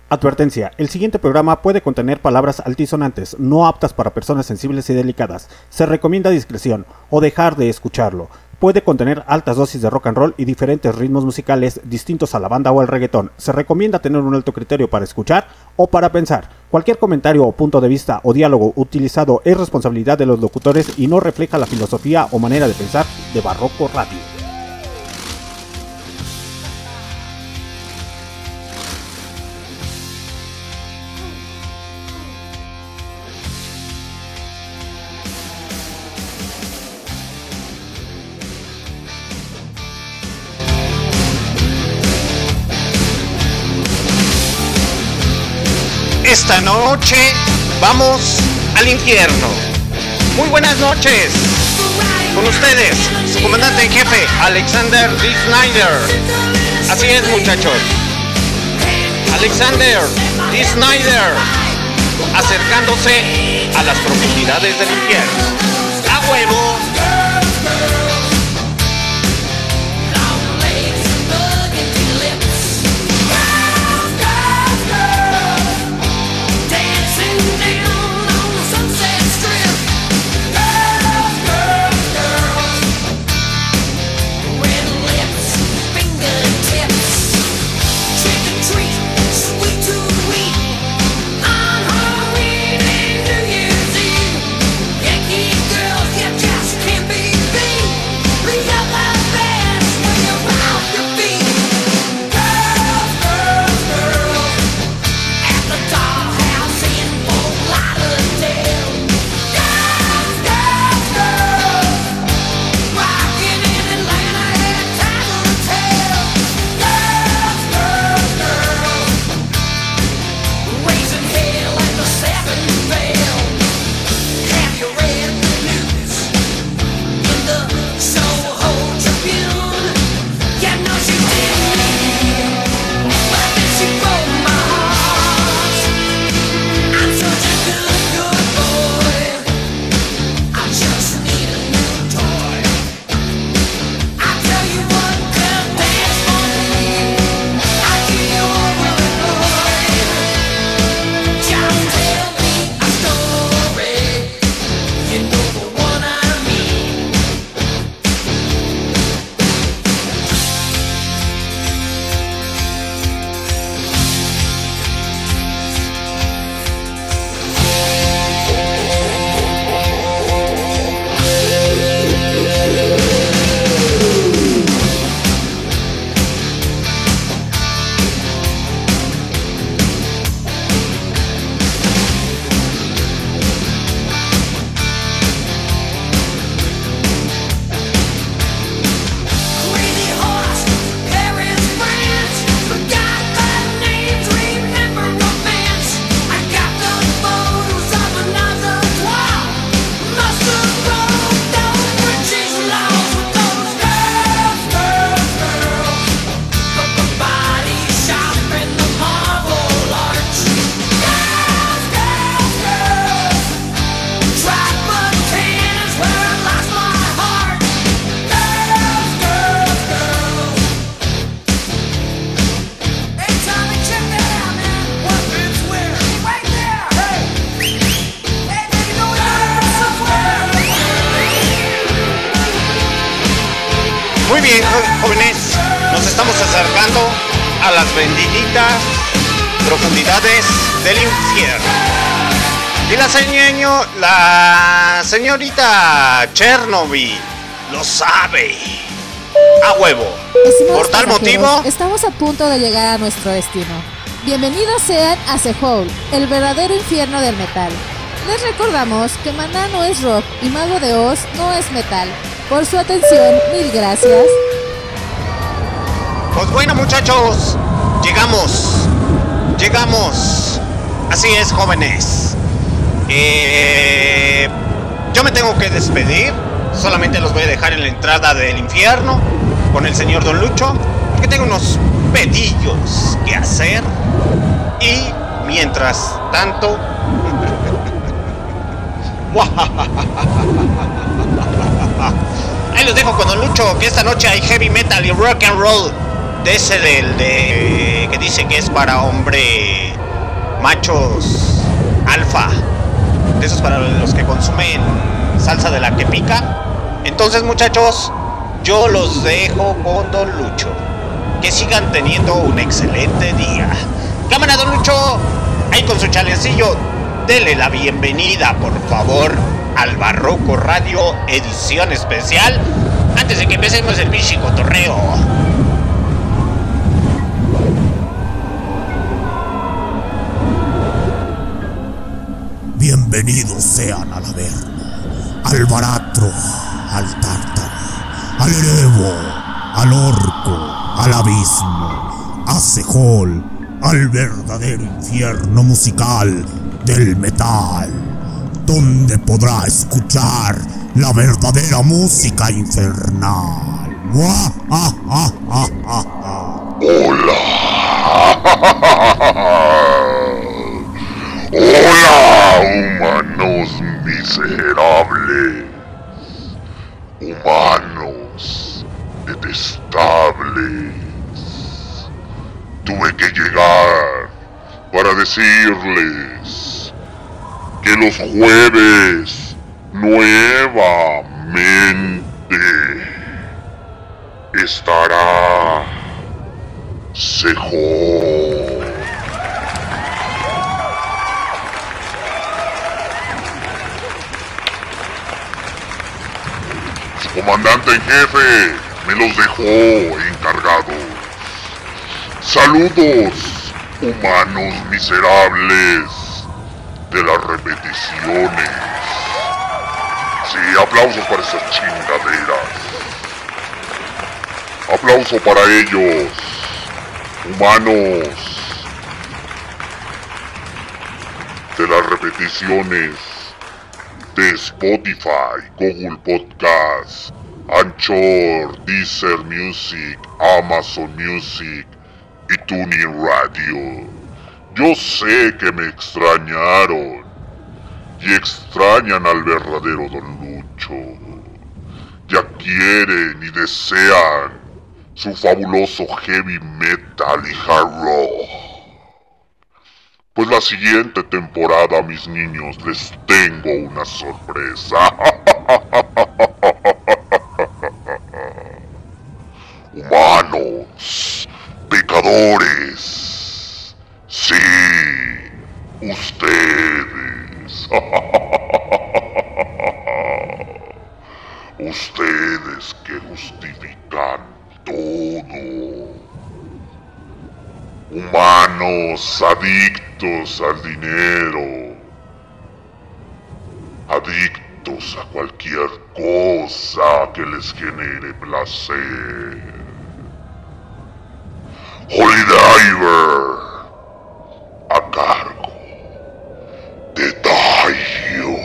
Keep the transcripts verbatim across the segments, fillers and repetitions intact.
Advertencia, el siguiente programa puede contener palabras altisonantes, no aptas para personas sensibles y delicadas. Se recomienda discreción o dejar de escucharlo. Puede contener altas dosis de rock and roll y diferentes ritmos musicales distintos a la banda o al reggaetón. Se recomienda tener un alto criterio para escuchar o para pensar. Cualquier comentario o punto de vista o diálogo utilizado es responsabilidad de los locutores y no refleja la filosofía o manera de pensar de Barroco Radio. Esta noche vamos al infierno. Muy buenas noches. Con ustedes, su comandante en jefe, Alexander D. Snyder. Así es, muchachos. Alexander D. Snyder, acercándose a las profundidades del infierno. ¡A huevo! Profundidades del infierno. Y la señor, la señorita Chernobyl lo sabe. A huevo. Estimados Por tal pasajeros, motivo, estamos a punto de llegar a nuestro destino. Bienvenidos sean a Sehol, el verdadero infierno del metal. Les recordamos que Maná no es rock y Mago de Oz no es metal. Por su atención, mil gracias. Pues bueno, muchachos, llegamos. Llegamos. Así es, jóvenes. Eh, yo me tengo que despedir. Solamente los voy a dejar en la entrada del infierno con el señor Don Lucho, que tengo unos pedillos que hacer. Y mientras tanto, ahí los dejo con Don Lucho, que esta noche hay heavy metal y rock and roll. De ese del de que dice que es para hombre machos alfa, de esos para los que consumen salsa de la que pica. Entonces, muchachos, yo los dejo con Don Lucho. Que sigan teniendo un excelente día. Cámara, Don Lucho, ahí con su chalecillo, dele la bienvenida, por favor, al Barroco Radio edición especial, antes de que empecemos el bichi cotorreo. Bienvenidos sean al Averno, al Baratro, al Tártaro, al Erebo, al Orco, al Abismo, a Sehol, al verdadero infierno musical del metal, donde podrá escuchar la verdadera música infernal. ¡Mua! ¡Ah, ah, ah, ah, ah! ¡Hola! ¡Hola, humanos miserables! Humanos detestables. Tuve que llegar para decirles que los jueves nuevamente estará Sehol. Su comandante en jefe me los dejó encargados. Saludos, humanos miserables de las repeticiones. Sí, aplausos para esas chingaderas. Aplauso para ellos, humanos de las repeticiones de Spotify, Google Podcast, Anchor, Deezer Music, Amazon Music y TuneIn Radio. Yo sé que me extrañaron y extrañan al verdadero Don Lucho. Ya quieren y desean su fabuloso heavy metal y hard rock. Pues la siguiente temporada, mis niños, les tengo una sorpresa. Humanos, pecadores, sí, ustedes. Ustedes que justifican todo. Humanos adictos al dinero, adictos a cualquier cosa que les genere placer. Holy Diver, a cargo de Taio.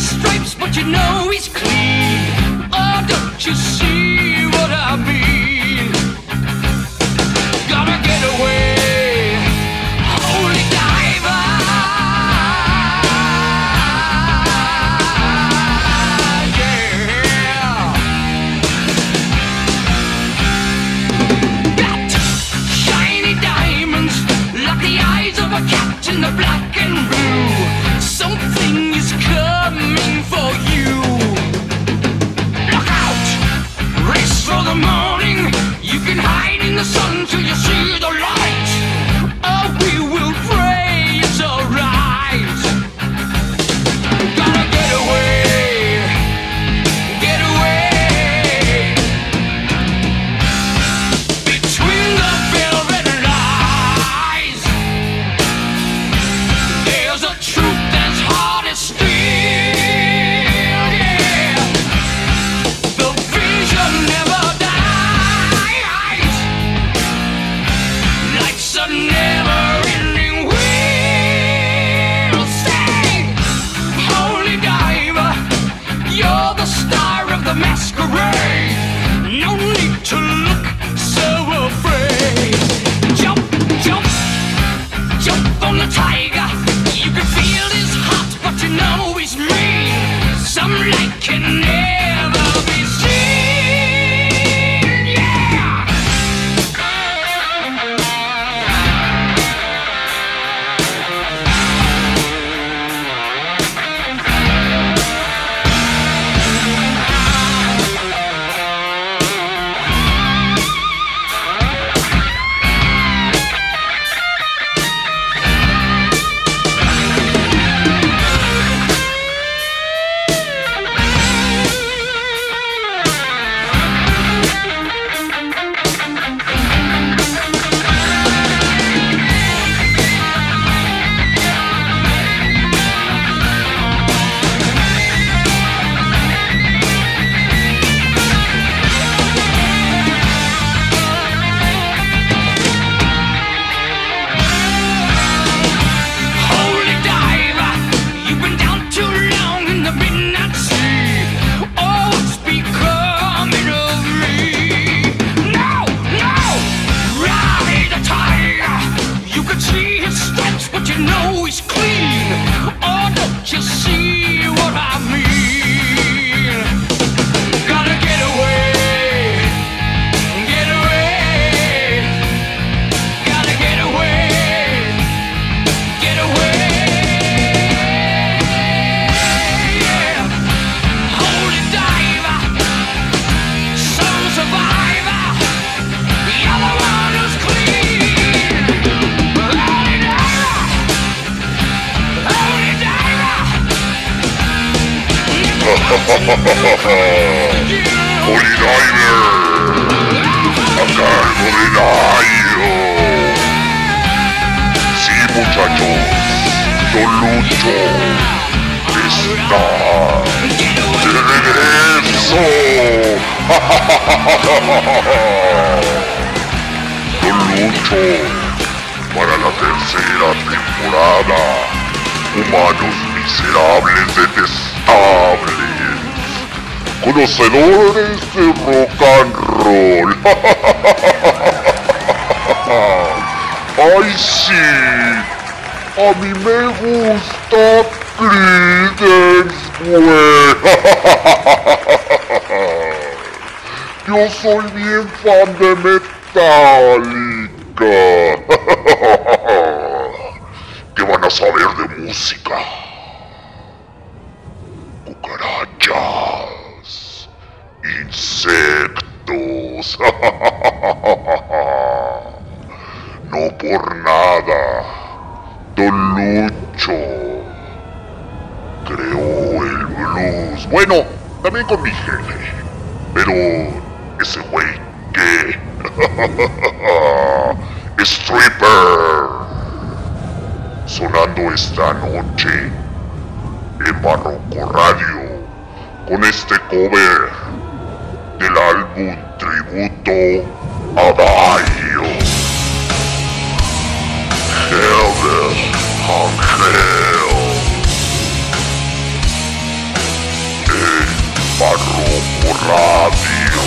stripes, but you know he's clean. Oh, don't you see what I mean? Gotta get away, holy diver. Yeah. Got shiny diamonds, like the eyes of a cat in the black and blue. Something is coming for you. Look out! Race for the morning. You can hide in the sun till you see the light. Oh, we will pray it's alright. Gotta get away, get away. Between the velvet lies, there's a truth that's hard as steel. Yeah, the vision never dies. Life's a never-ending wheel. Say, holy diver, you're the star of the masquerade. No need to look so afraid. Jump, jump, jump on the tiger. You can feel his heart, but you know he's mean. Some light can never be seen. Yeah. Holy diver, you've been down too long in the midnight sea. Oh, what's becoming of me? No, no, ride the tiger. You can see his stripes, but you know he's clean. Oh, don't you see what I mean? Gotta get away, get away. Gotta get away, get away. Yeah. Holy diver, some survivor. You're the one who's clean. Holy diver, holy diver. Holy Diver, a cargo de Nairo. Sí, muchachos, Don Lucho está de regreso. Don Lucho, para la tercera temporada, humanos miserables detestables, conocedores de rock and roll. ¡Ay, sí! A mí me gusta Creedence, güey. Yo soy bien fan de Metallica. ¿Qué van a saber de música? Cucarachas, insectos. No por nada, Don Lucho creó el blues. Bueno, también con mi jefe. Pero ese güey, ¿qué? Stripper. Sonando esta noche en Barroco Radio con este cover del álbum tributo a Dio. Heaven and Hell. Barroco Radio.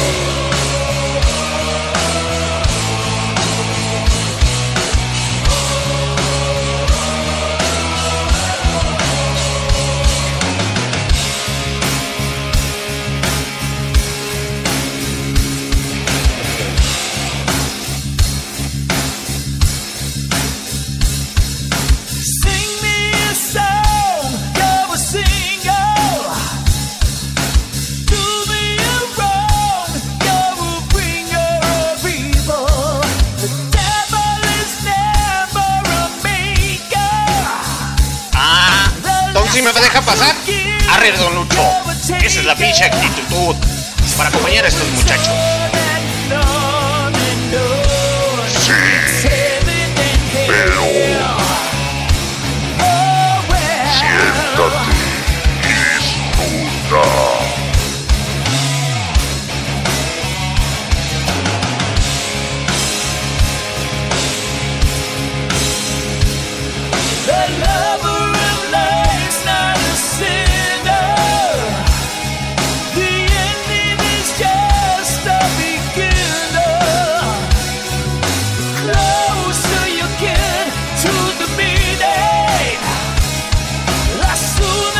¿Sí me deja pasar? Arre, don Lucho. Esa es la pinche actitud para acompañar a estos muchachos. Sí, pero siéntate y disfruta. Soon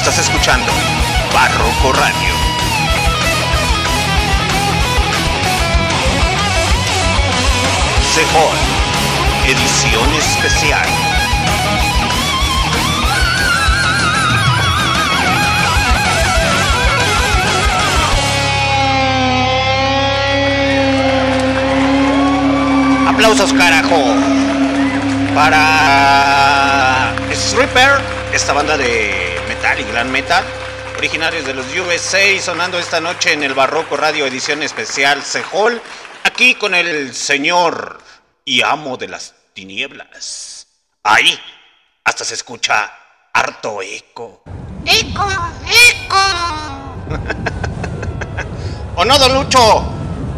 Estás escuchando Barroco Radio. Sehol, edición especial. Aplausos, carajo, para Stripper, esta banda de metal y gran metal, originarios de los U S A, sonando esta noche en el Barroco Radio edición especial Sehol, aquí con el señor y amo de las tinieblas. Ahí hasta se escucha harto eco. ¡Eco! ¡Eco! ¿O no, Don Lucho?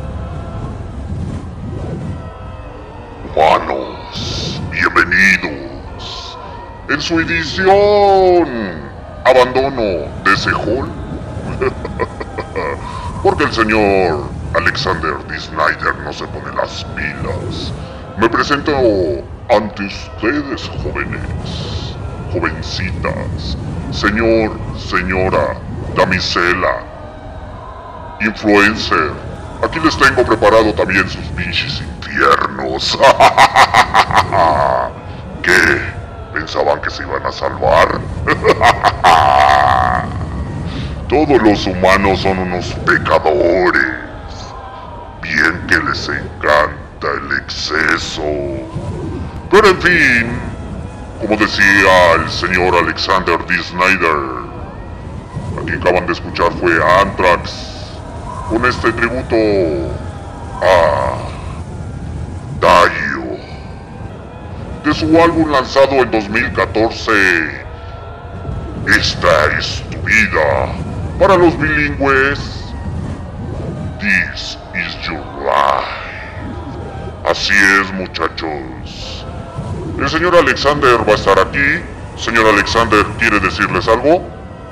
Humanos, bienvenidos en su edición Abandono de Sehol. Porque el señor Alexander D. Snyder no se pone las pilas. Me presento ante ustedes, jóvenes, jovencitas, señor, señora, damisela, influencer. Aquí les tengo preparado también sus pinches infiernos. ¿Qué? ¿Pensaban que se iban a salvar? Todos los humanos son unos pecadores. Bien que les encanta el exceso. Pero en fin, como decía el señor Alexander D. Snyder, aquí acaban de escuchar fue a Anthrax con este tributo a Dio, de su álbum lanzado en dos mil catorce, Esta es tu vida. Para los bilingües, This is your life. Así es, muchachos. El señor Alexander va a estar aquí. Señor Alexander, ¿quiere decirles algo?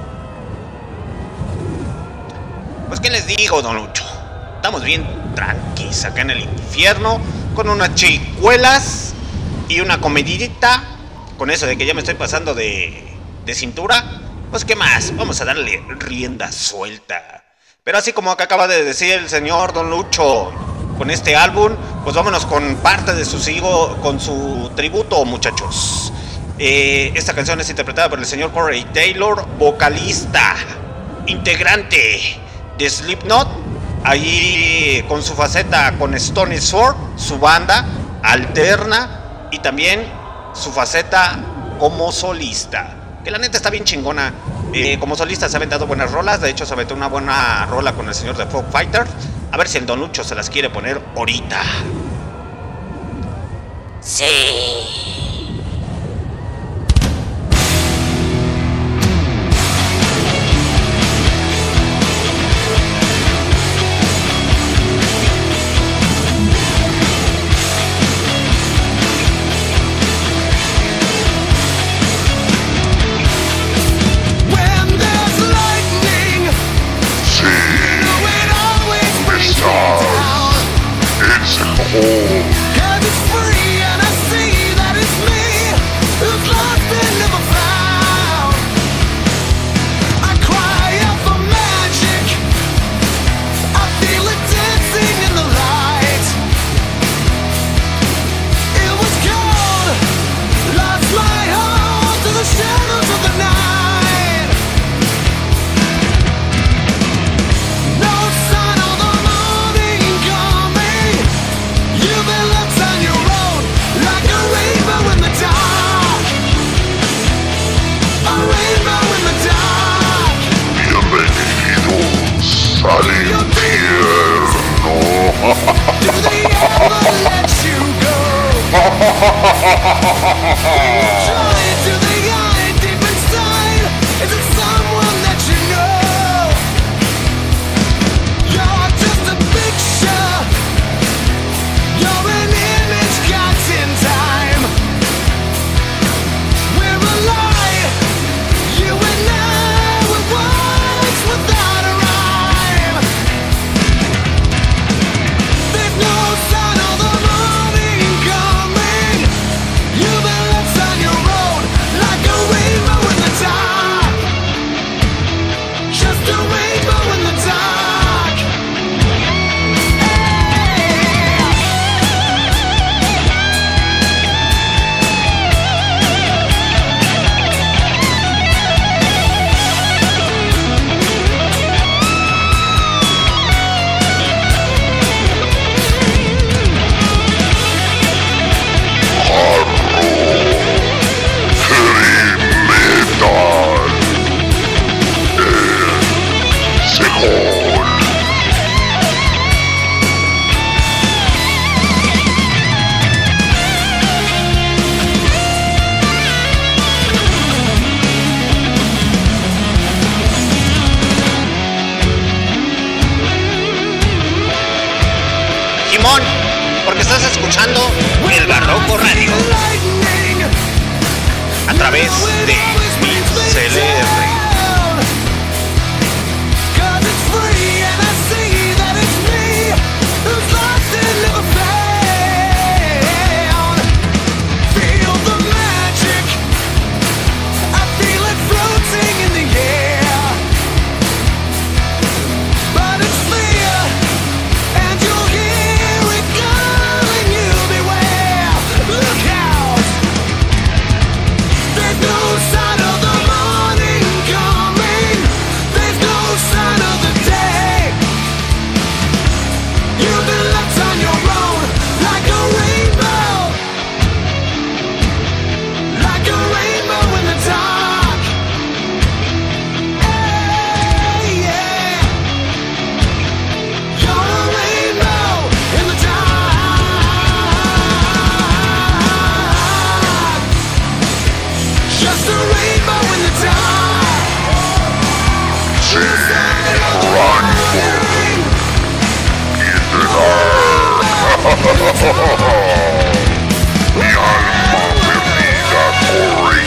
Pues qué les digo, Don Lucho. Estamos bien tranquilos acá en el infierno, con unas chicuelas y una comidita. Con eso de que ya me estoy pasando de, de cintura, pues qué más, vamos a darle rienda suelta. Pero así como acaba de decir el señor Don Lucho, con este álbum, pues vámonos con parte de su sigo, con su tributo, muchachos. Eh, esta canción es interpretada por el señor Corey Taylor, vocalista, integrante de Slipknot, ahí con su faceta con Stone Sword, su banda alterna, y también su faceta como solista, que la neta está bien chingona. Eh, como solista se ha aventado buenas rolas. De hecho se aventó una buena rola con el señor de Foo Fighters. A ver si el Don Lucho se las quiere poner ahorita. Sí. Cause it's free and I see that it's me who's lost and never found. I cry out for magic, I feel it dancing in the light. It was cold, lost my heart to the shadows of the night. No sign of the morning coming. You've been left on your own, like a rainbow in the dark. A rainbow in the dark. Bienvenidos al infierno. Do they ever let you go? Trying to the eye deep inside. Is it someone that you know? You're just a picture. You're an image caught in time. We're a lie. You and I were words without a rhyme. There's no sign of the morning coming. You've been left on your own, like Pokémon, porque estás escuchando el Barroco Radio a través de MixLR. Mi alma perdida corre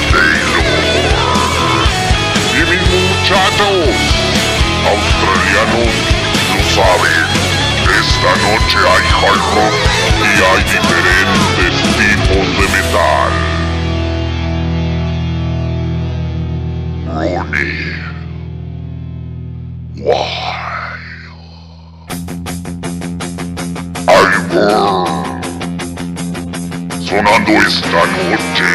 y mis muchachos australianos lo saben. Esta noche hay hard rock y hay diferentes tipos de metal. Money. Sonando esta noche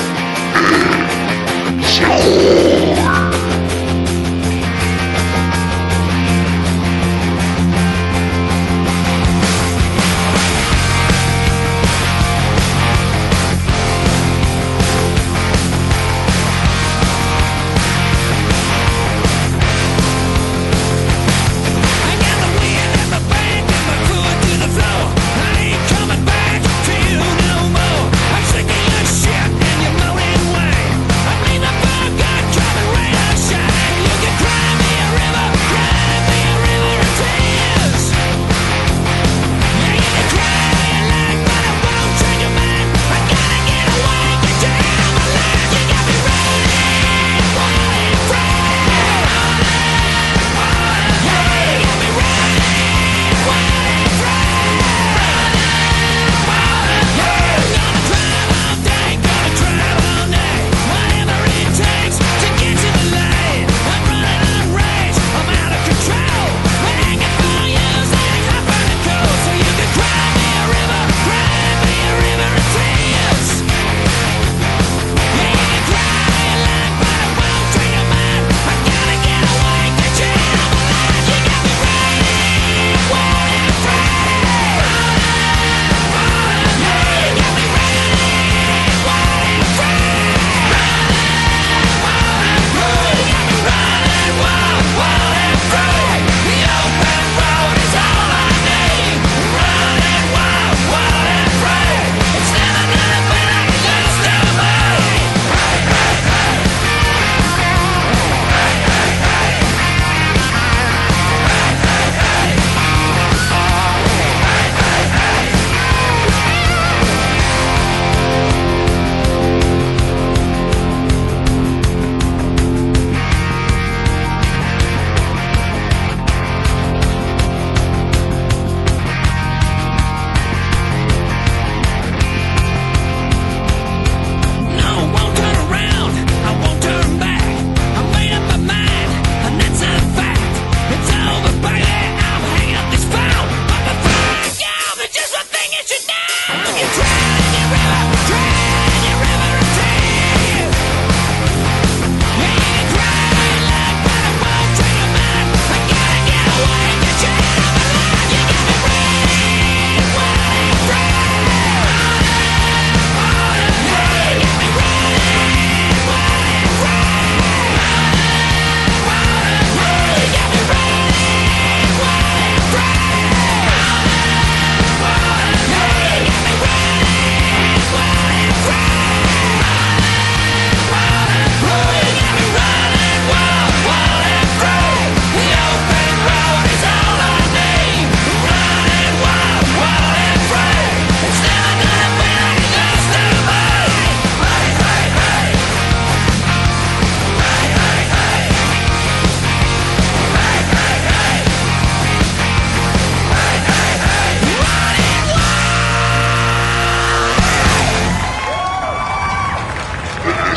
en Seoul. Shit, and you're moaning away. I mean, the bug got coming right up.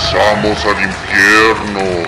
regresamos al infierno.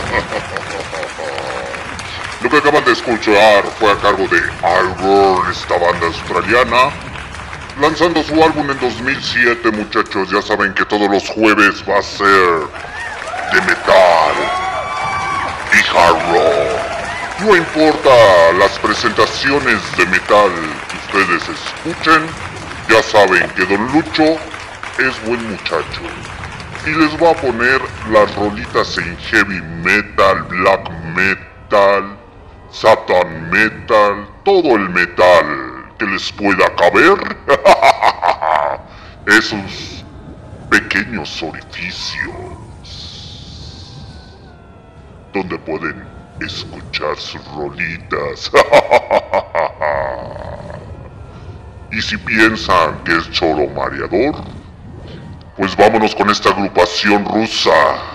Lo que acaban de escuchar fue a cargo de Alburn, esta banda australiana, lanzando su álbum en dos mil siete, muchachos. Ya saben que todos los jueves va a ser de metal y hard rock. No importa las presentaciones de metal que ustedes escuchen, ya saben que Don Lucho es buen muchacho y les va a poner las rolitas en heavy metal, black metal, satan metal, todo el metal que les pueda caber. Esos pequeños orificios donde pueden escuchar sus rolitas. Y si piensan que es choro mareador, pues vámonos con esta agrupación rusa.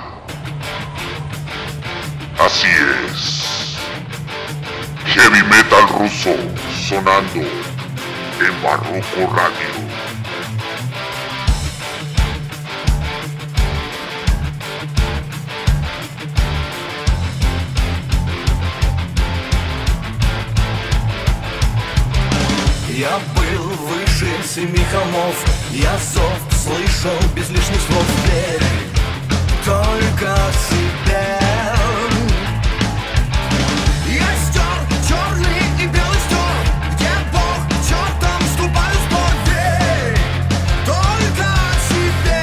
Así es, heavy metal ruso sonando en Barroco Radio. Я был выше семи холмов, я зов слышал без лишних слов. Верь только себе. Я стер черный и белый стер, где Бог чертом вступаю в спор. Верь только себе.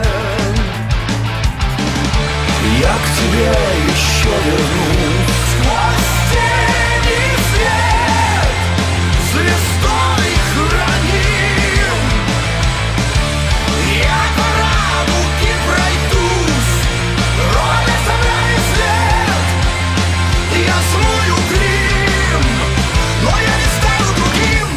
Я к тебе еще вернусь сквозь тени свет. Звездой храним. Я по рамке пройдусь, роли оставляю след. Я смою грим, но я не стану другим.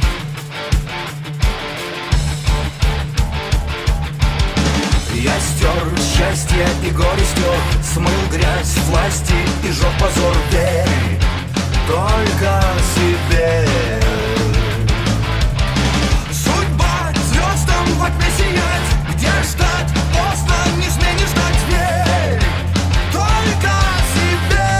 Я стер счастье и горе стер, смыл грязь власти и жег позор. Верь только себе. Судьба звездам в окне сияет, где ждать поздно, не смей не ждать. Верь только себе.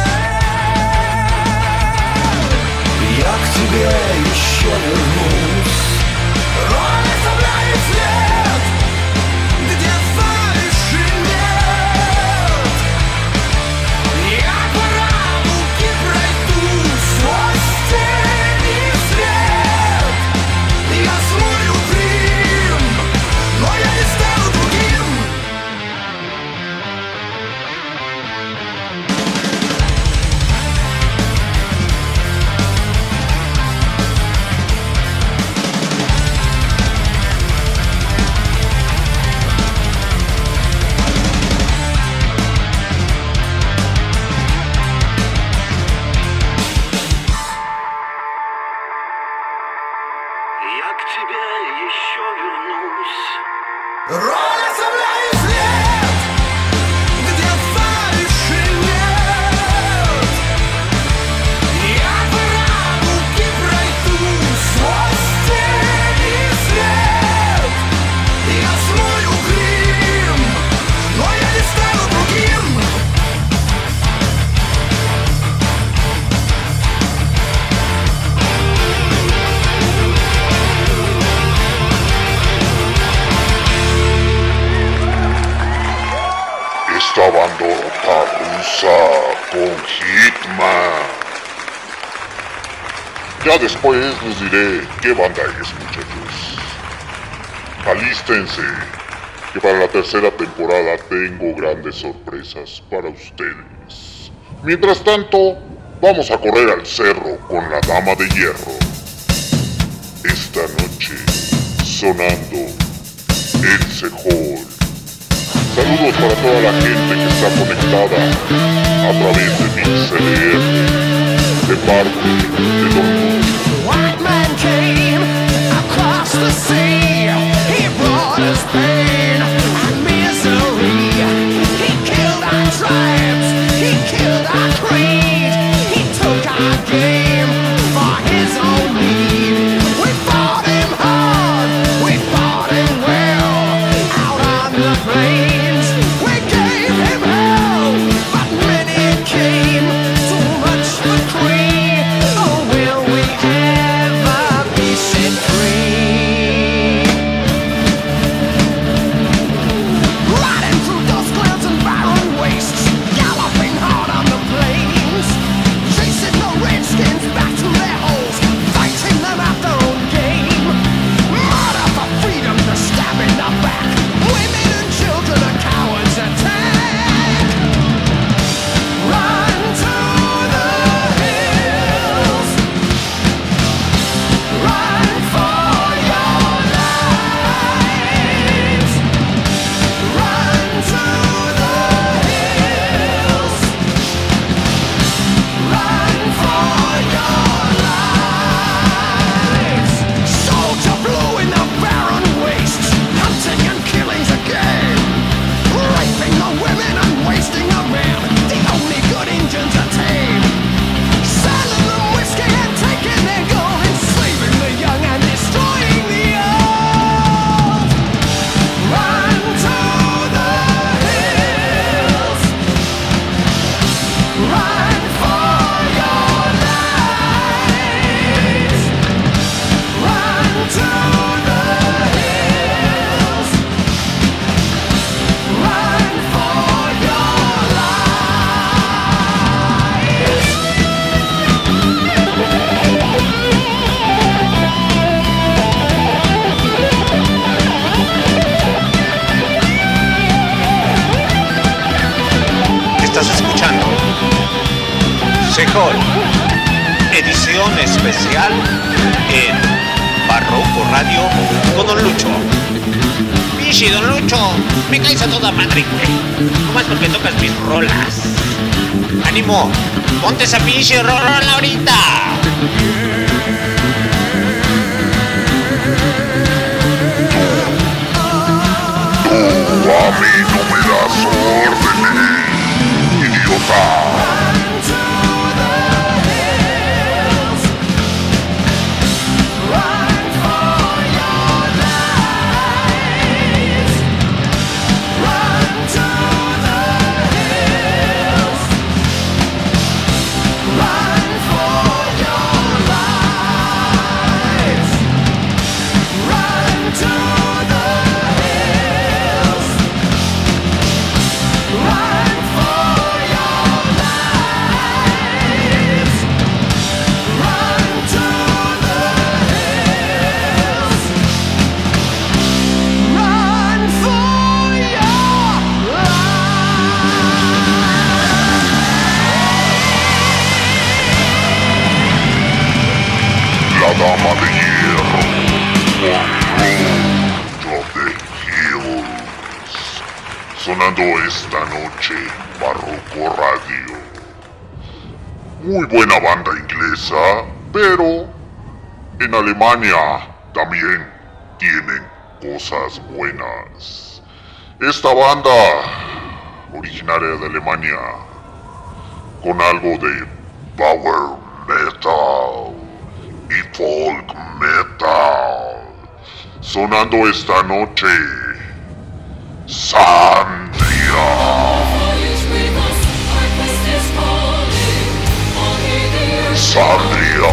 Я к тебе еще вернусь, роли оставляю след, где фальши нет. Я по рамке пройдусь сквозь тени свет. Я смою грим, но я не стану другим. Я к тебе еще вернусь. Роли оставляю след, где фальши нет. Я по рамке пройдусь сквозь тени свет. Я смою грим, но я не стану другим. Esta bandota rusa con Hitman. Ya después les diré qué banda es, muchachos. Alístense, que para la tercera temporada tengo grandes sorpresas para ustedes. Mientras tanto, vamos a correr al cerro con la Dama de Hierro. Esta noche, sonando Else Hall. Saludos para toda la gente que está conectada a través de MixLR, de parte de Don Lucho. White man came across the sea. He brought us pain and misery. He killed our tribes. He killed our creed. He took our game for his own need. We fought him hard. We fought him well. Out on the plains, we Hall, edición especial en Barroco Radio con Don Lucho. Pichi, Don Lucho, me caes a toda madre, güey. Nomás porque tocas mis rolas. ¡Ánimo! ¡Ponte esa pinche rola ahorita! Tú a mí no me das órdenes, idiota. Dama de Hierro, por Road of the Hills, sonando esta noche Barroco Radio. Muy buena banda inglesa, pero en Alemania también tienen cosas buenas. Esta banda, originaria de Alemania, con algo de power metal y folk metal, sonando esta noche Sandria. Sandria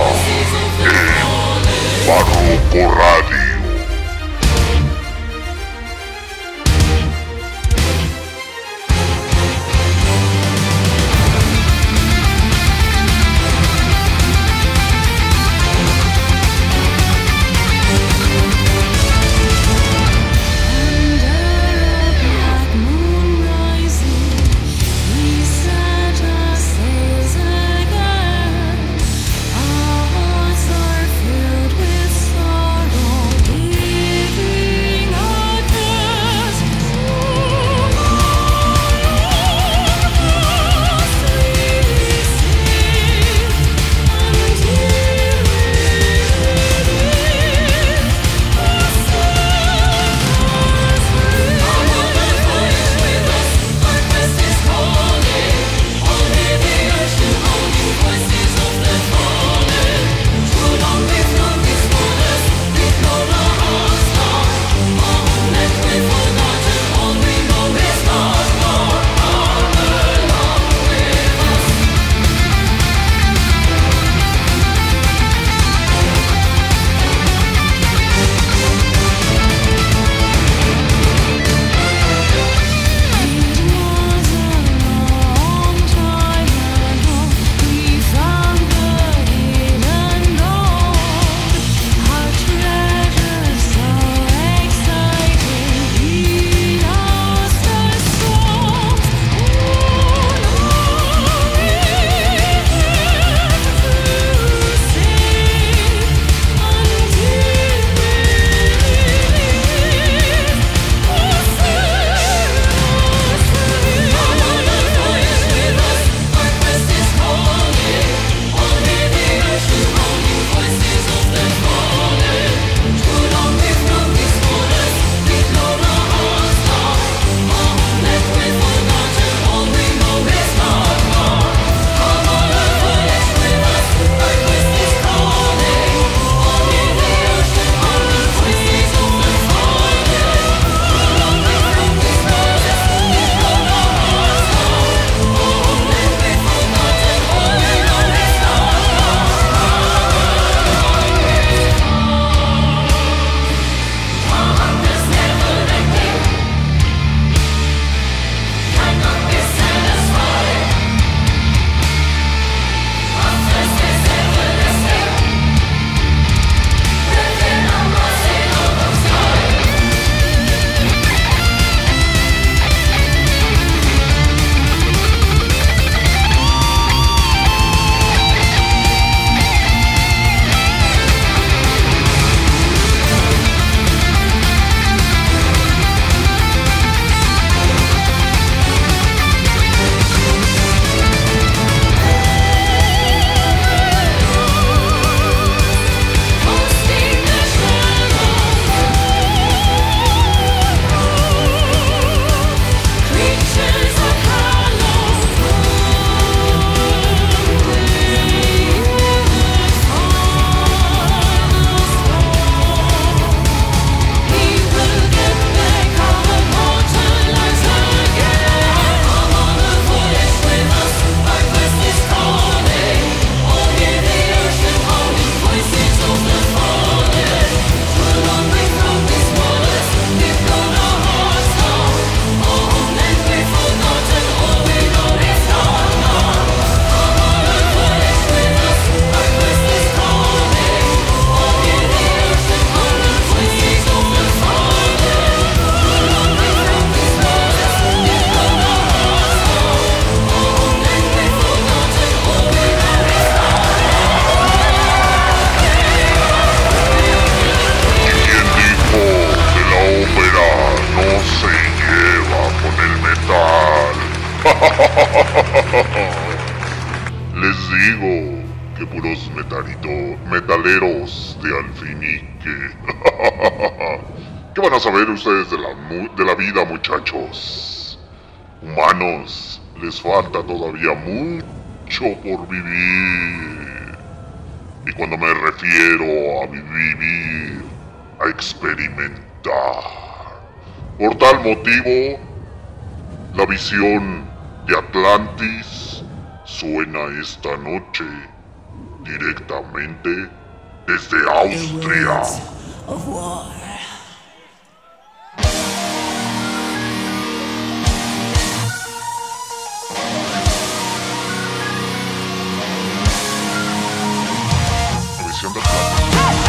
en Barroco Radio. Filled with sorrow. se lleva con el metal. Les digo que puros metalito, metaleros de alfinique. ¿Qué van a saber ustedes de la, mu- de la vida, muchachos? Humanos, les falta todavía mucho por vivir. Y cuando me refiero a vivir, a experimentar. Por tal motivo, la visión de Atlantis suena esta noche directamente desde Austria. La visión de Atlantis.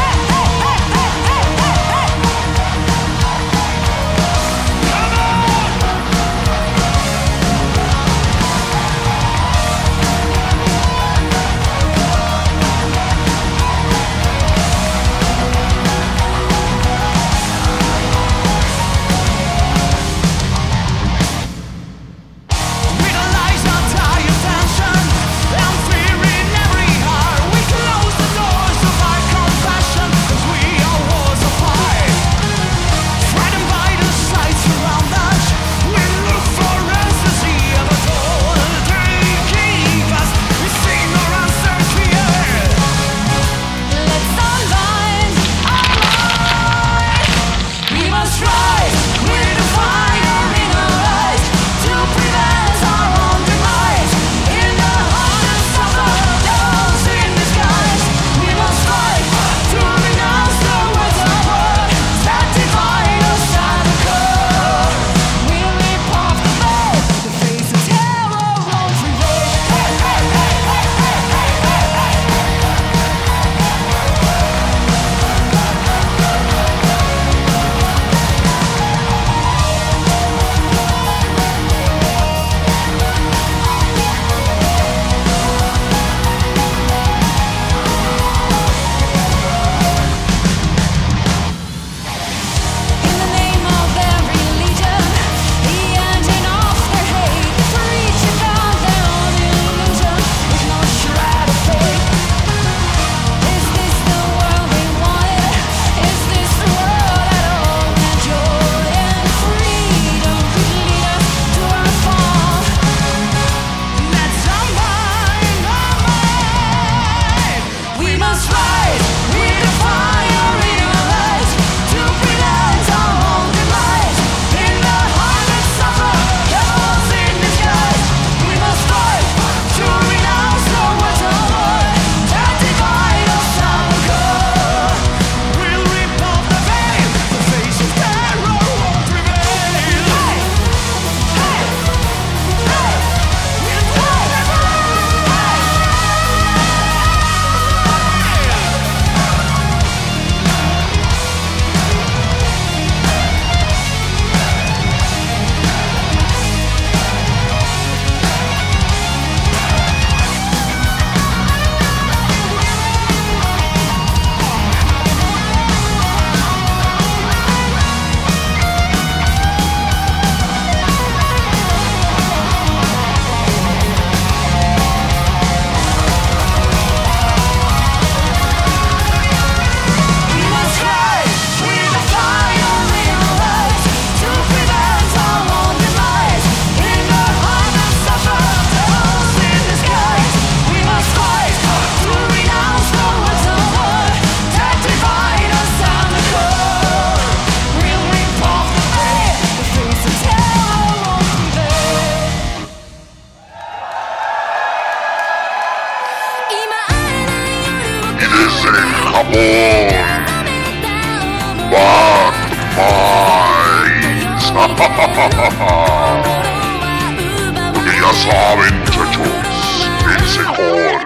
Porque ya saben, muchachos, en Sejol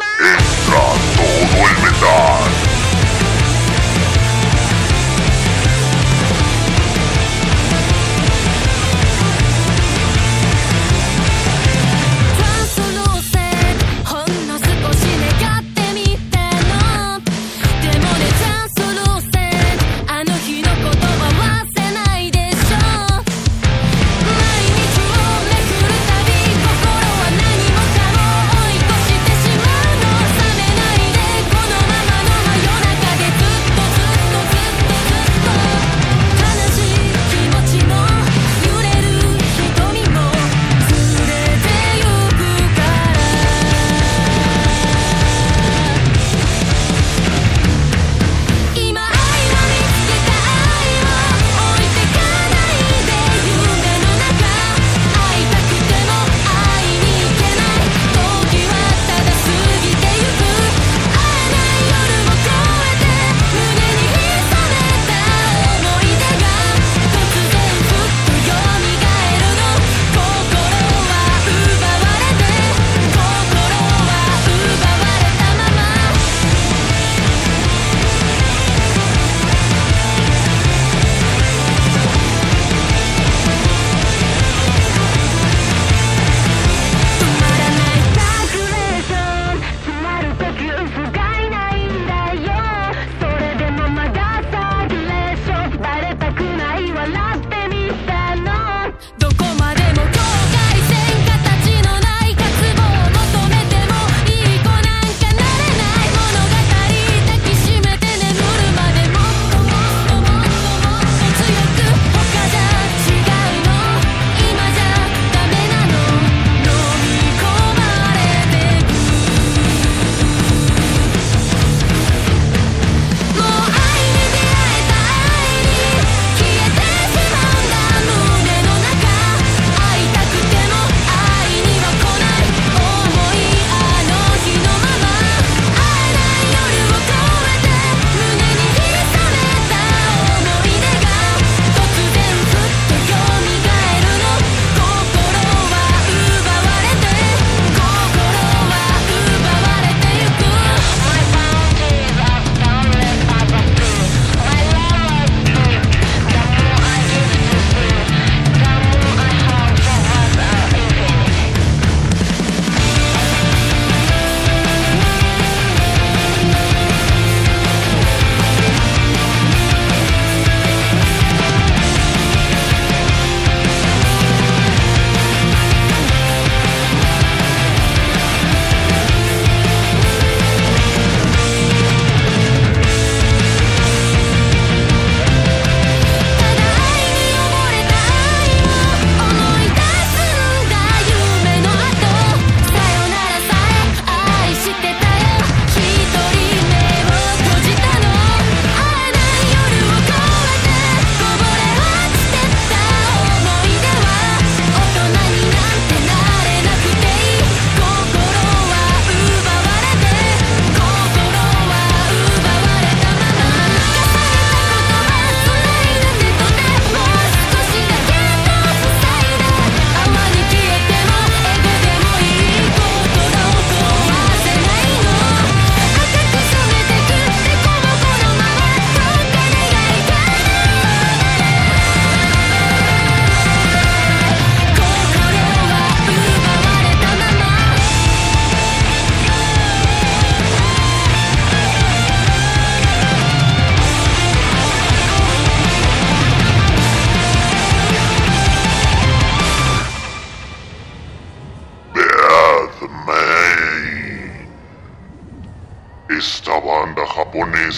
entra todo el metal. 「あの日のことは忘れないでしょ」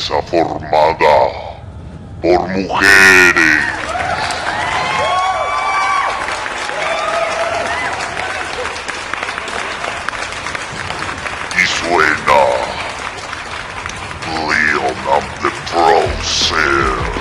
raza formada por mujeres. Y suena Leon of the Process.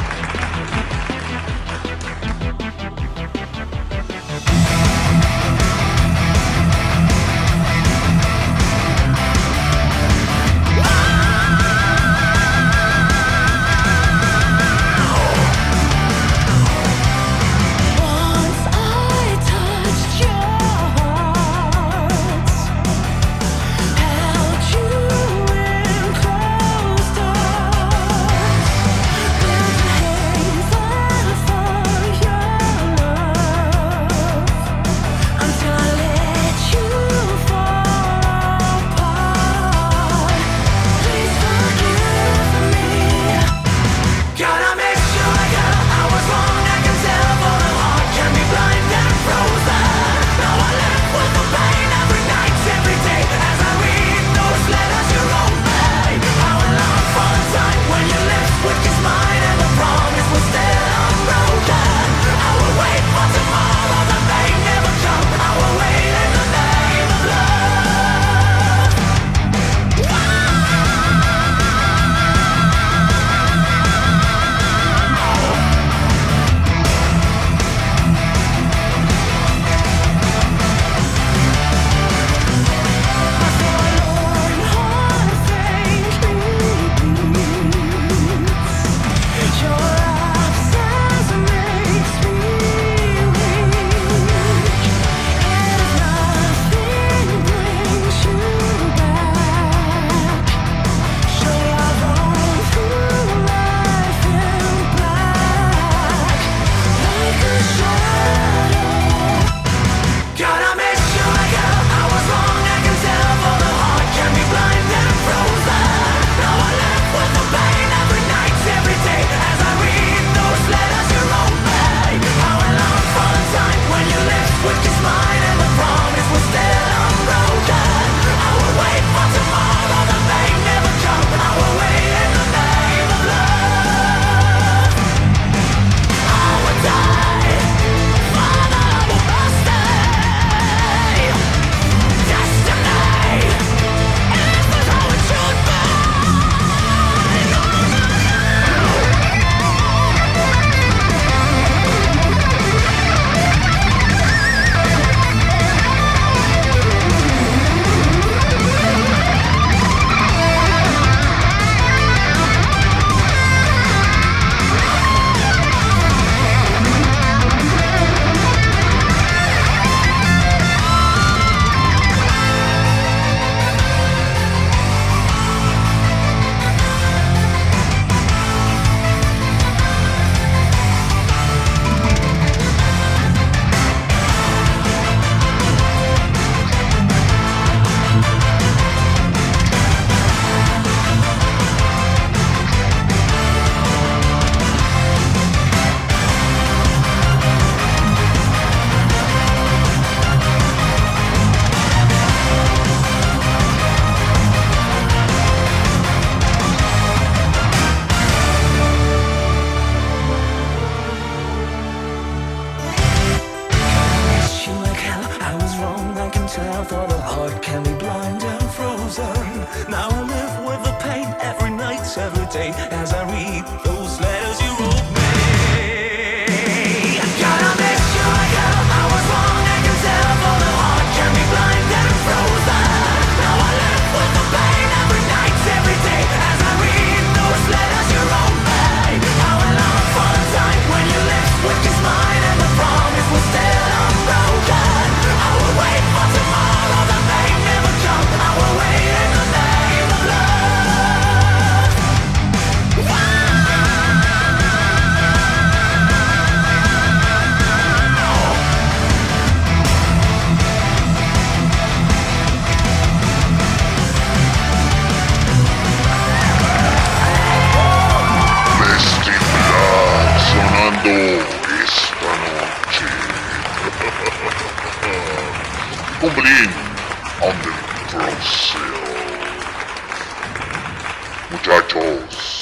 Goblin on the Process. Muchachos,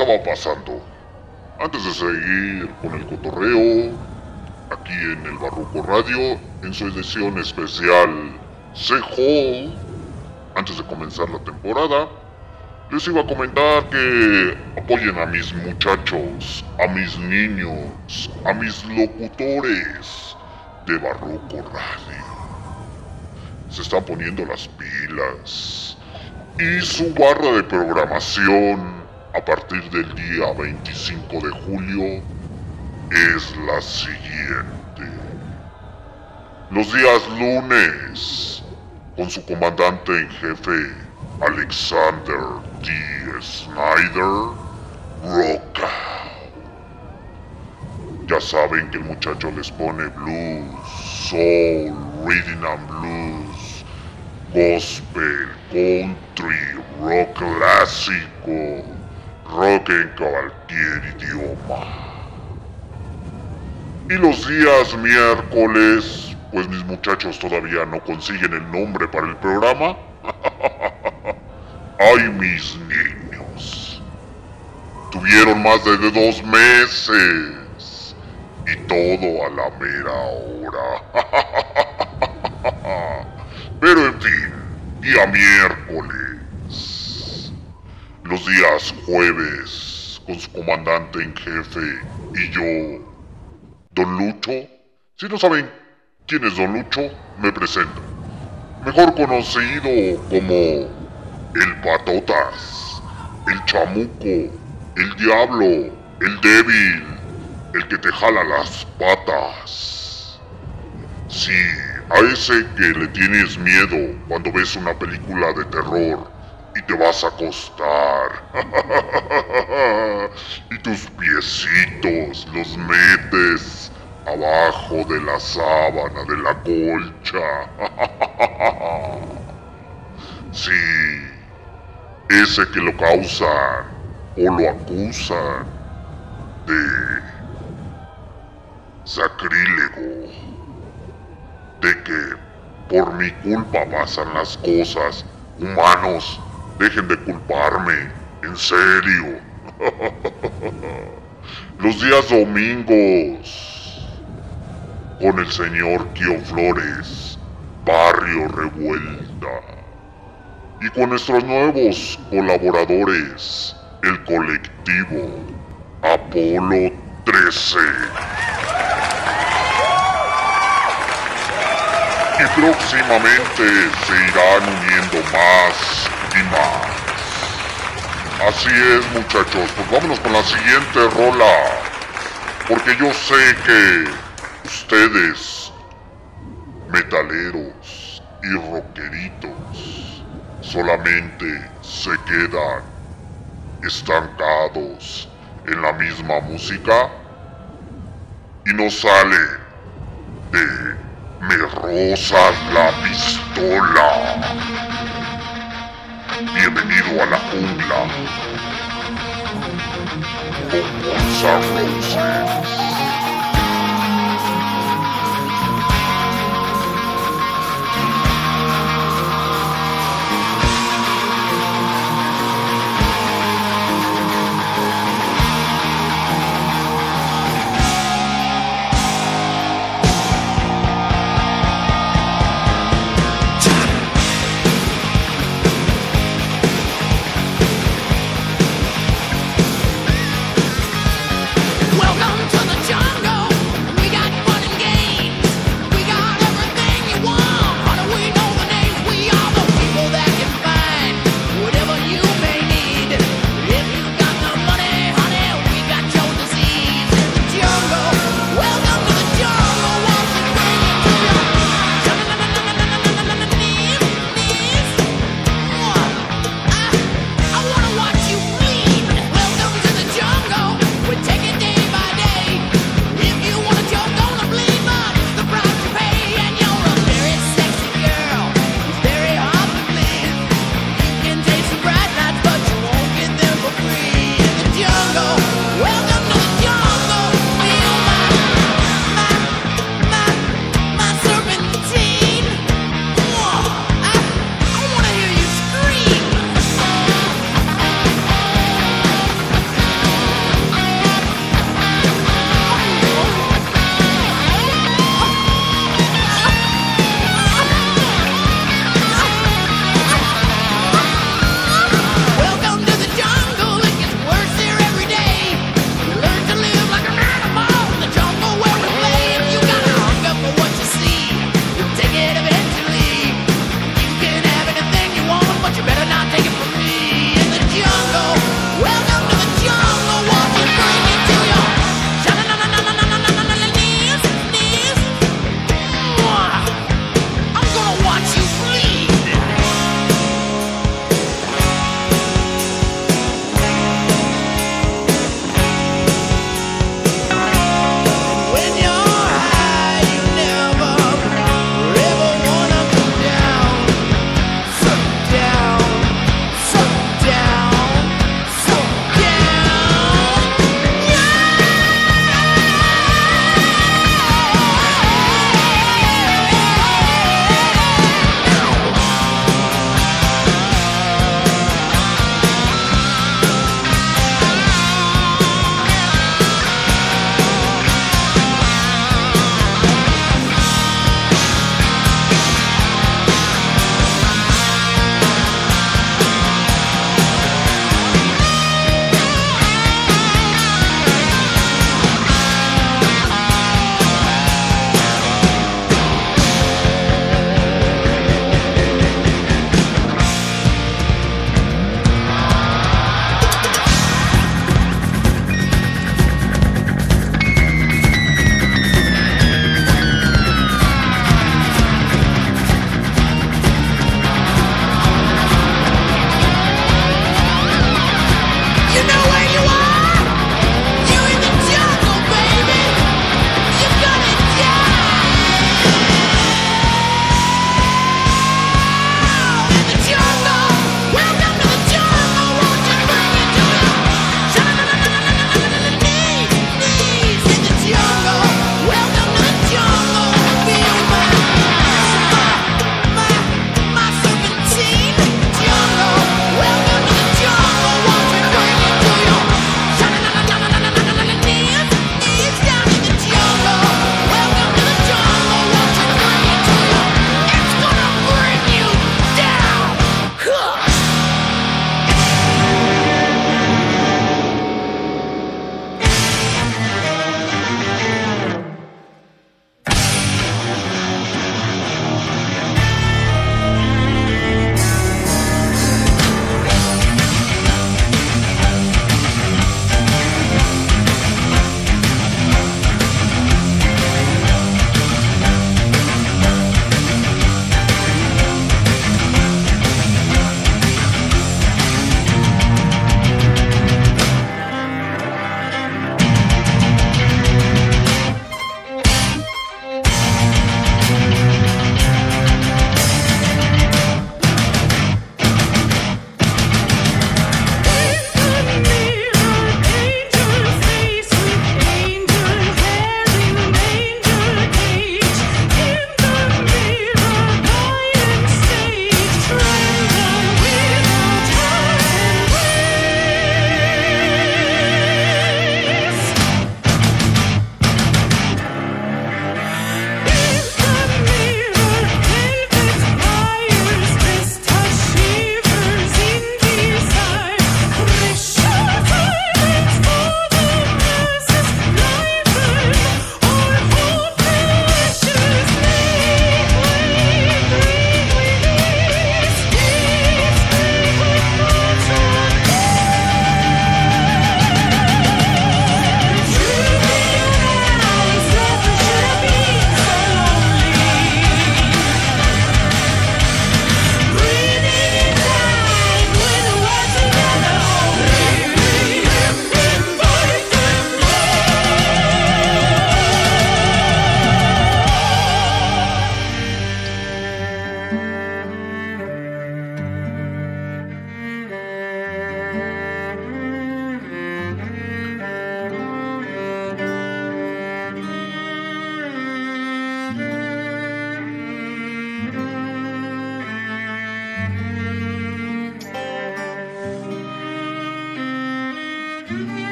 estaba pasando? Antes de seguir con el cotorreo, aquí en el Barroco Radio, en su edición especial C-Hall, antes de comenzar la temporada, les iba a comentar que apoyen a mis muchachos, a mis niños, a mis locutores de Barroco Radio. Se están poniendo las pilas y su barra de programación a partir del día veinticinco de julio es la siguiente. Los días lunes, con su comandante en jefe Alexander T. Snyder, Rockout. Ya saben que el muchacho les pone blues, soul, rhythm and blues, gospel, country, rock clásico, rock en cualquier idioma. Y los días miércoles, pues mis muchachos todavía no consiguen el nombre para el programa. ¡Ay, mis niños! Tuvieron más de dos meses y todo a la mera hora. Pero en fin, día miércoles. Los días jueves, con su comandante en jefe y yo, Don Lucho. Si no saben quién es Don Lucho, me presento. Mejor conocido como el Patotas, el Chamuco, el Diablo, el Débil, el que te jala las patas. Sí, a ese que le tienes miedo cuando ves una película de terror y te vas a acostar. Y tus piecitos los metes abajo de la sábana de la colcha. Sí, ese que lo causan o lo acusan de sacrílego, de que por mi culpa pasan las cosas. Humanos, dejen de culparme, en serio. Los días domingos, con el señor Kio Flores, Barrio Revuelta. Y con nuestros nuevos colaboradores, el colectivo Apolo trece. Y próximamente se irán uniendo más y más. Así es, muchachos, pues vámonos con la siguiente rola. Porque yo sé que ustedes, metaleros y rockeritos, solamente se quedan estancados en la misma música y no salen de Me rozas la pistola. Bienvenido a la jungla con Guns N' Roses. Welcome to the jungle.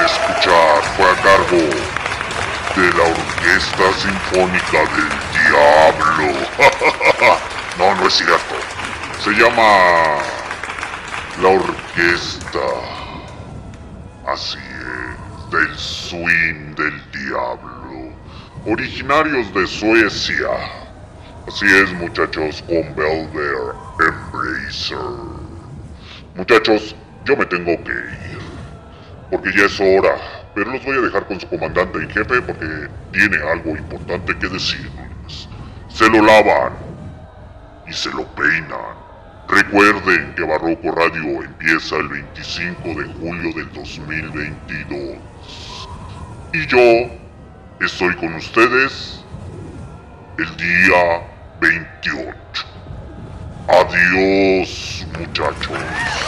escuchar fue a cargo de la Orquesta Sinfónica del Diablo. No, no es cierto. Se llama la Orquesta, así es, del Swing del Diablo, originarios de Suecia. Así es, muchachos, con Velvet Embracer. Muchachos, yo me tengo que ir, porque ya es hora, pero los voy a dejar con su comandante en jefe porque tiene algo importante que decirles. Se lo lavan y se lo peinan. Recuerden que Barroco Radio empieza el veinticinco de julio del dos mil veintidós. Y yo estoy con ustedes el día veintiocho. Adiós, muchachos.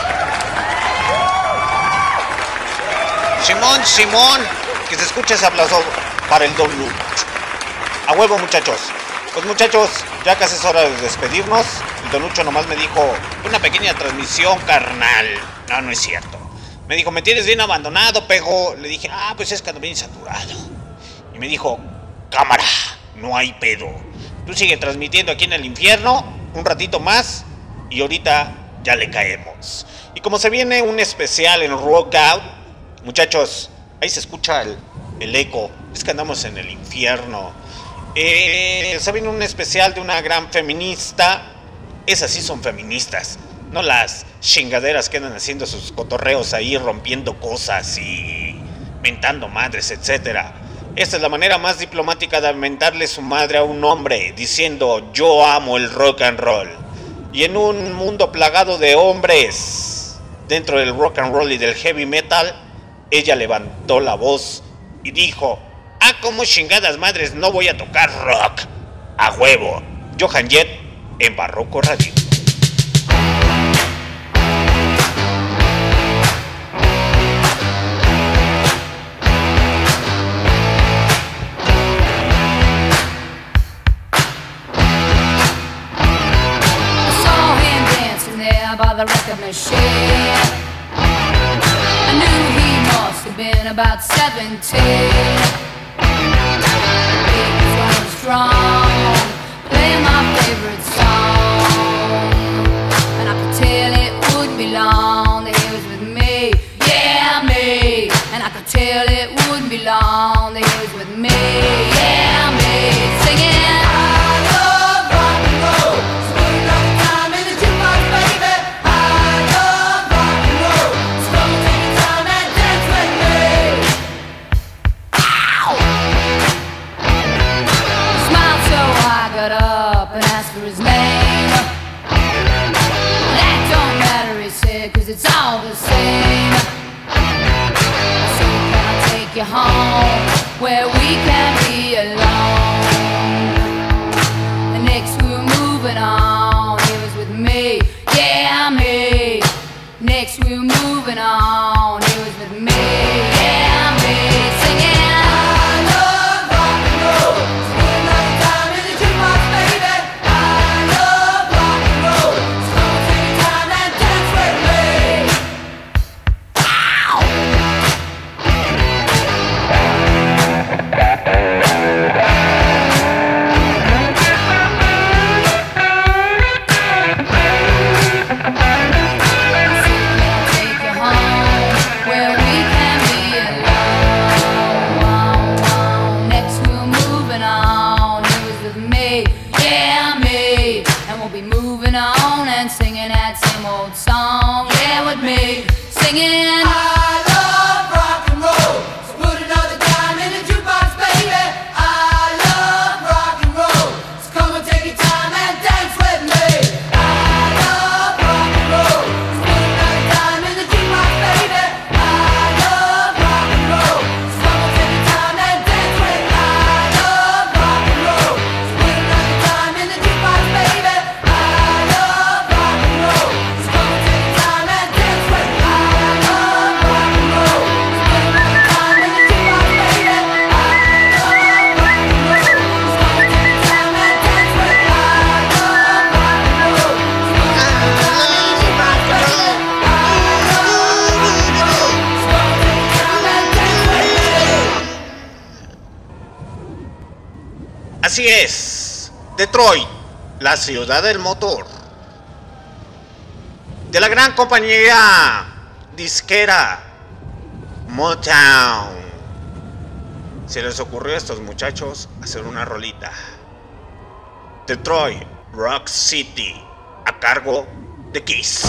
Simón, Simón, que se escuche ese aplauso para el Don Lucho. A huevo, muchachos. Pues muchachos, ya casi es hora de despedirnos. El Don Lucho nomás me dijo una pequeña transmisión, carnal. No, no es cierto. Me dijo, me tienes bien abandonado, pego. Le dije, ah, pues es que ando bien saturado. Y me dijo, cámara, no hay pedo. Tú sigue transmitiendo aquí en el infierno un ratito más y ahorita ya le caemos. Y como se viene un especial en Rock Out, muchachos, ahí se escucha el, el eco. Es que andamos en el infierno. Eh, se viene un especial de una gran feminista. Esas sí son feministas, no las chingaderas que andan haciendo sus cotorreos ahí, rompiendo cosas y mentando madres, etcétera. Esta es la manera más diplomática de mentarle su madre a un hombre, diciendo yo amo el rock and roll. Y en un mundo plagado de hombres, dentro del rock and roll y del heavy metal, ella levantó la voz y dijo, ah, como chingadas madres, no voy a tocar rock. A huevo. Johan Jett en Barroco Radio. By the record machine, I knew he must have been about seventeen. He was going strong, playing my favorite song, and I could tell it wouldn't be long that he was with me, yeah me. And I could tell it wouldn't be long that he was with me, yeah me. Singing. Cause it's all the same. So can I take you home where we can be alone? And next we were moving on. He was with me, yeah me. Next we were moving on. He was with me, yeah me. Singing I love rock and roll. Spend another time in the jukebox, baby. I love rock and roll. So take your time and dance with me. Take you home Así es, Detroit, la ciudad del motor. De la gran compañía disquera Motown. Se les ocurrió a estos muchachos hacer una rolita. Detroit Rock City, a cargo de Kiss.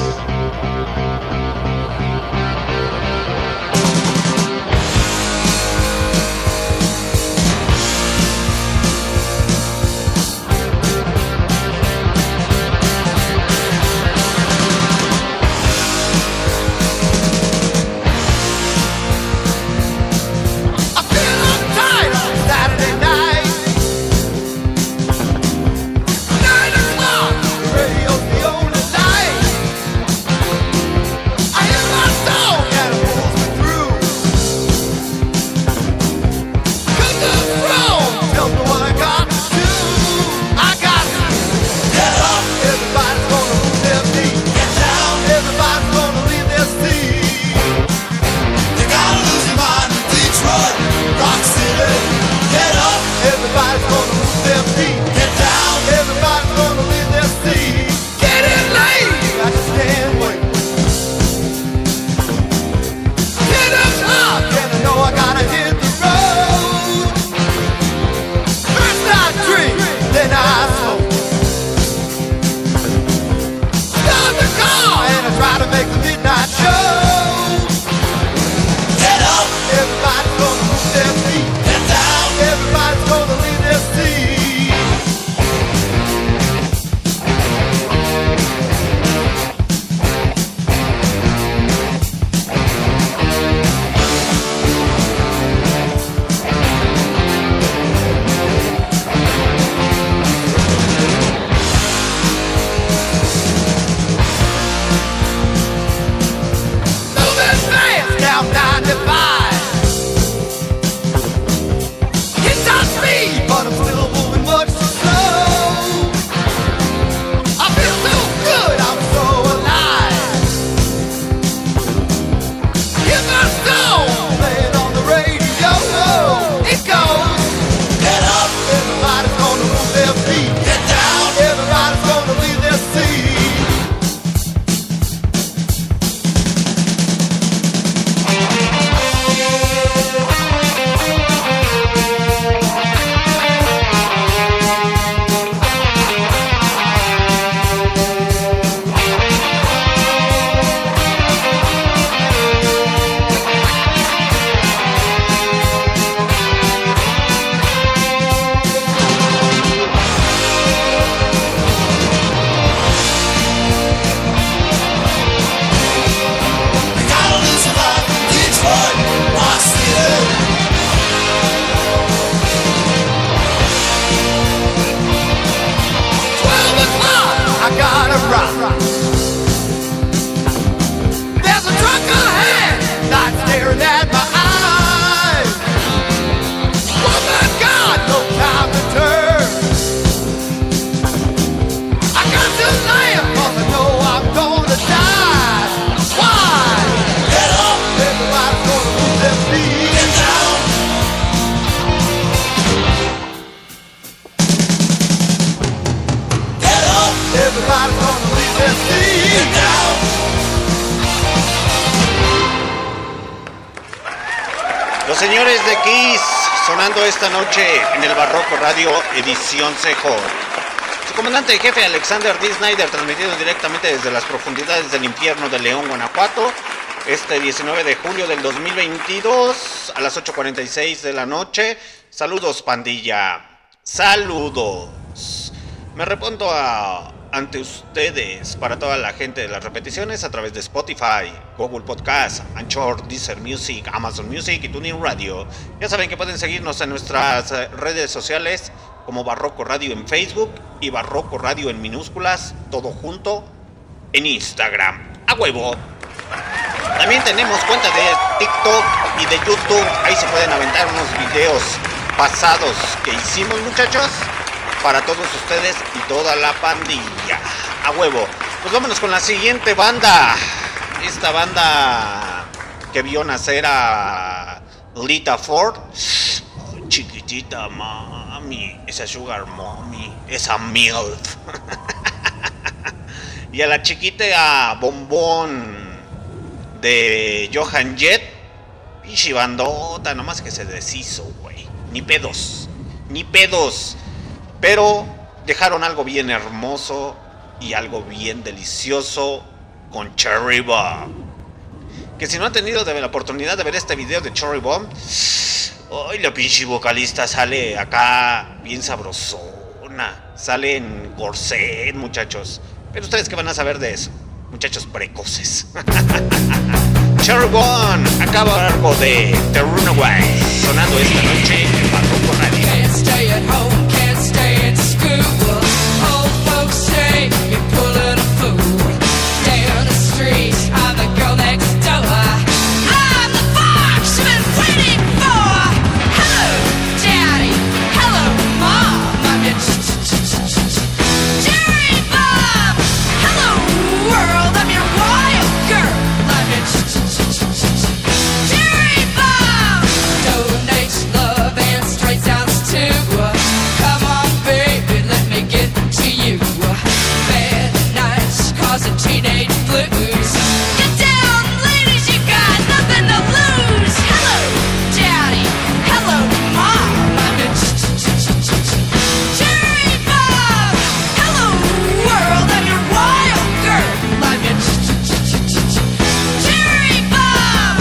Los señores de Kiss sonando esta noche en el Barroco Radio edición C-Hall. Su comandante en jefe Alexander D. Snyder, transmitido directamente desde las profundidades del infierno de León, Guanajuato, este diecinueve de julio del dos mil veintidós a las ocho cuarenta y seis de la noche. Saludos, pandilla. Saludos. Me repongo a, ante ustedes para toda la gente de las repeticiones a través de Spotify, Google Podcast, Anchor, Deezer Music, Amazon Music y TuneIn Radio. Ya saben que pueden seguirnos en nuestras redes sociales como Barroco Radio en Facebook y Barroco Radio en minúsculas, todo junto, en Instagram. ¡A huevo! También tenemos cuenta de TikTok y de YouTube. Ahí se pueden aventar unos videos pasados que hicimos, muchachos, para todos ustedes y toda la pandilla. A huevo. Pues vámonos con la siguiente banda. Esta banda que vio nacer a Lita Ford. Oh, chiquitita, mami. mommy, esa sugar mommy, esa milf. Y a la chiquita bombón de Johan Jett, pinche bandota, nomás que se deshizo, güey. Ni pedos, ni pedos. Pero dejaron algo bien hermoso y algo bien delicioso con Cherry Bomb. Que si no han tenido la oportunidad de ver este video de Cherry Bomb, ¡ay, la pinche vocalista sale acá bien sabrosona! Sale en corset, muchachos. Pero ustedes qué van a saber de eso, muchachos precoces. Cherry Bomb, acaba algo de The Runaway, sonando esta noche en Barroco Radio. Can't stay at home, can't stay at school. Old folks say you're pulling a fool. Down the street, I'm the girl next door. I'm the fox you've been waiting for. Hello, Daddy. Hello, Mom. I'm your Cherry Bomb. Hello, world. I'm your wild girl. I'm your Cherry Bomb. Donate love and straight sounds too. Come on, baby, let me get to you. Bad nights causing teenage blues. Get down, ladies, you got nothing to lose. Hello, Daddy. Hello, Mom. I'm your Cherry Bomb. Hello, world. I'm your wild girl. I'm your Cherry Bomb.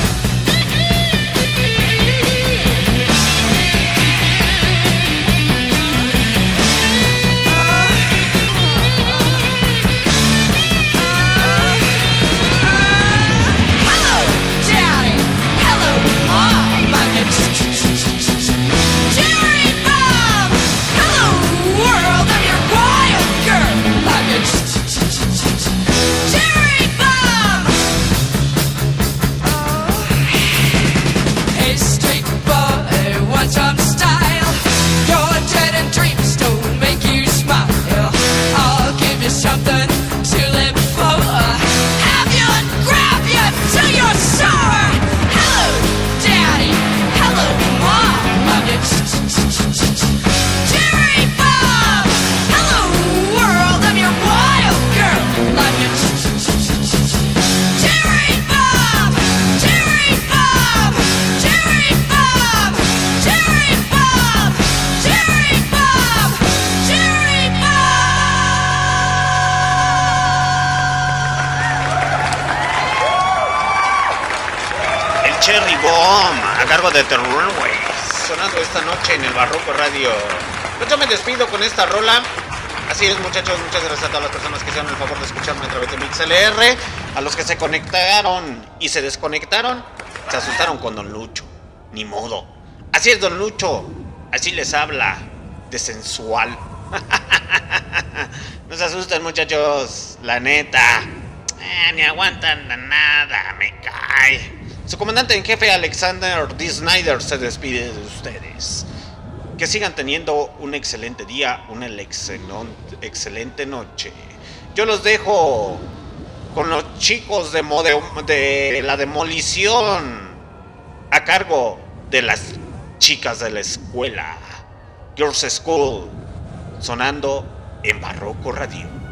Hello, Daddy. Hello, Mom. I'm your Cherry Bomb. Hello, world. I'm your wild girl. I'm your Cherry Bomb. Hey, street boy, one time style. Your dead and dreams don't make you smile. I'll give you something to live for. Have you and grab you till you're sore. Hello, Daddy. Hello, Mom. I'm your Cherry Bomb. Hello, world. I'm your wild girl. I'm your Cherry Bomb. Cherry Bomb. Cherry Bomb. Cherry Bomb. Cherry Bomb. Cherry Bomb. El Cherry Bomb, a cargo de The Runaway, sonando esta noche en el Barroco Radio. Pues yo me despido con esta rola. Así es, muchachos, muchas gracias a todas las personas que hicieron el favor de escucharme a través de MixLR. A los que se conectaron y se desconectaron, se asustaron con Don Lucho. Ni modo. Así es, Don Lucho. Así les habla, de sensual. No se asusten, muchachos, la neta. Eh, ni aguantan nada, me cae. Su comandante en jefe, Alexander D. Snyder, se despide de ustedes. Que sigan teniendo un excelente día, una excelente, excelente noche. Yo los dejo con los chicos de, mode, de la demolición, a cargo de las chicas de la escuela, Girls School, sonando en Barroco Radio.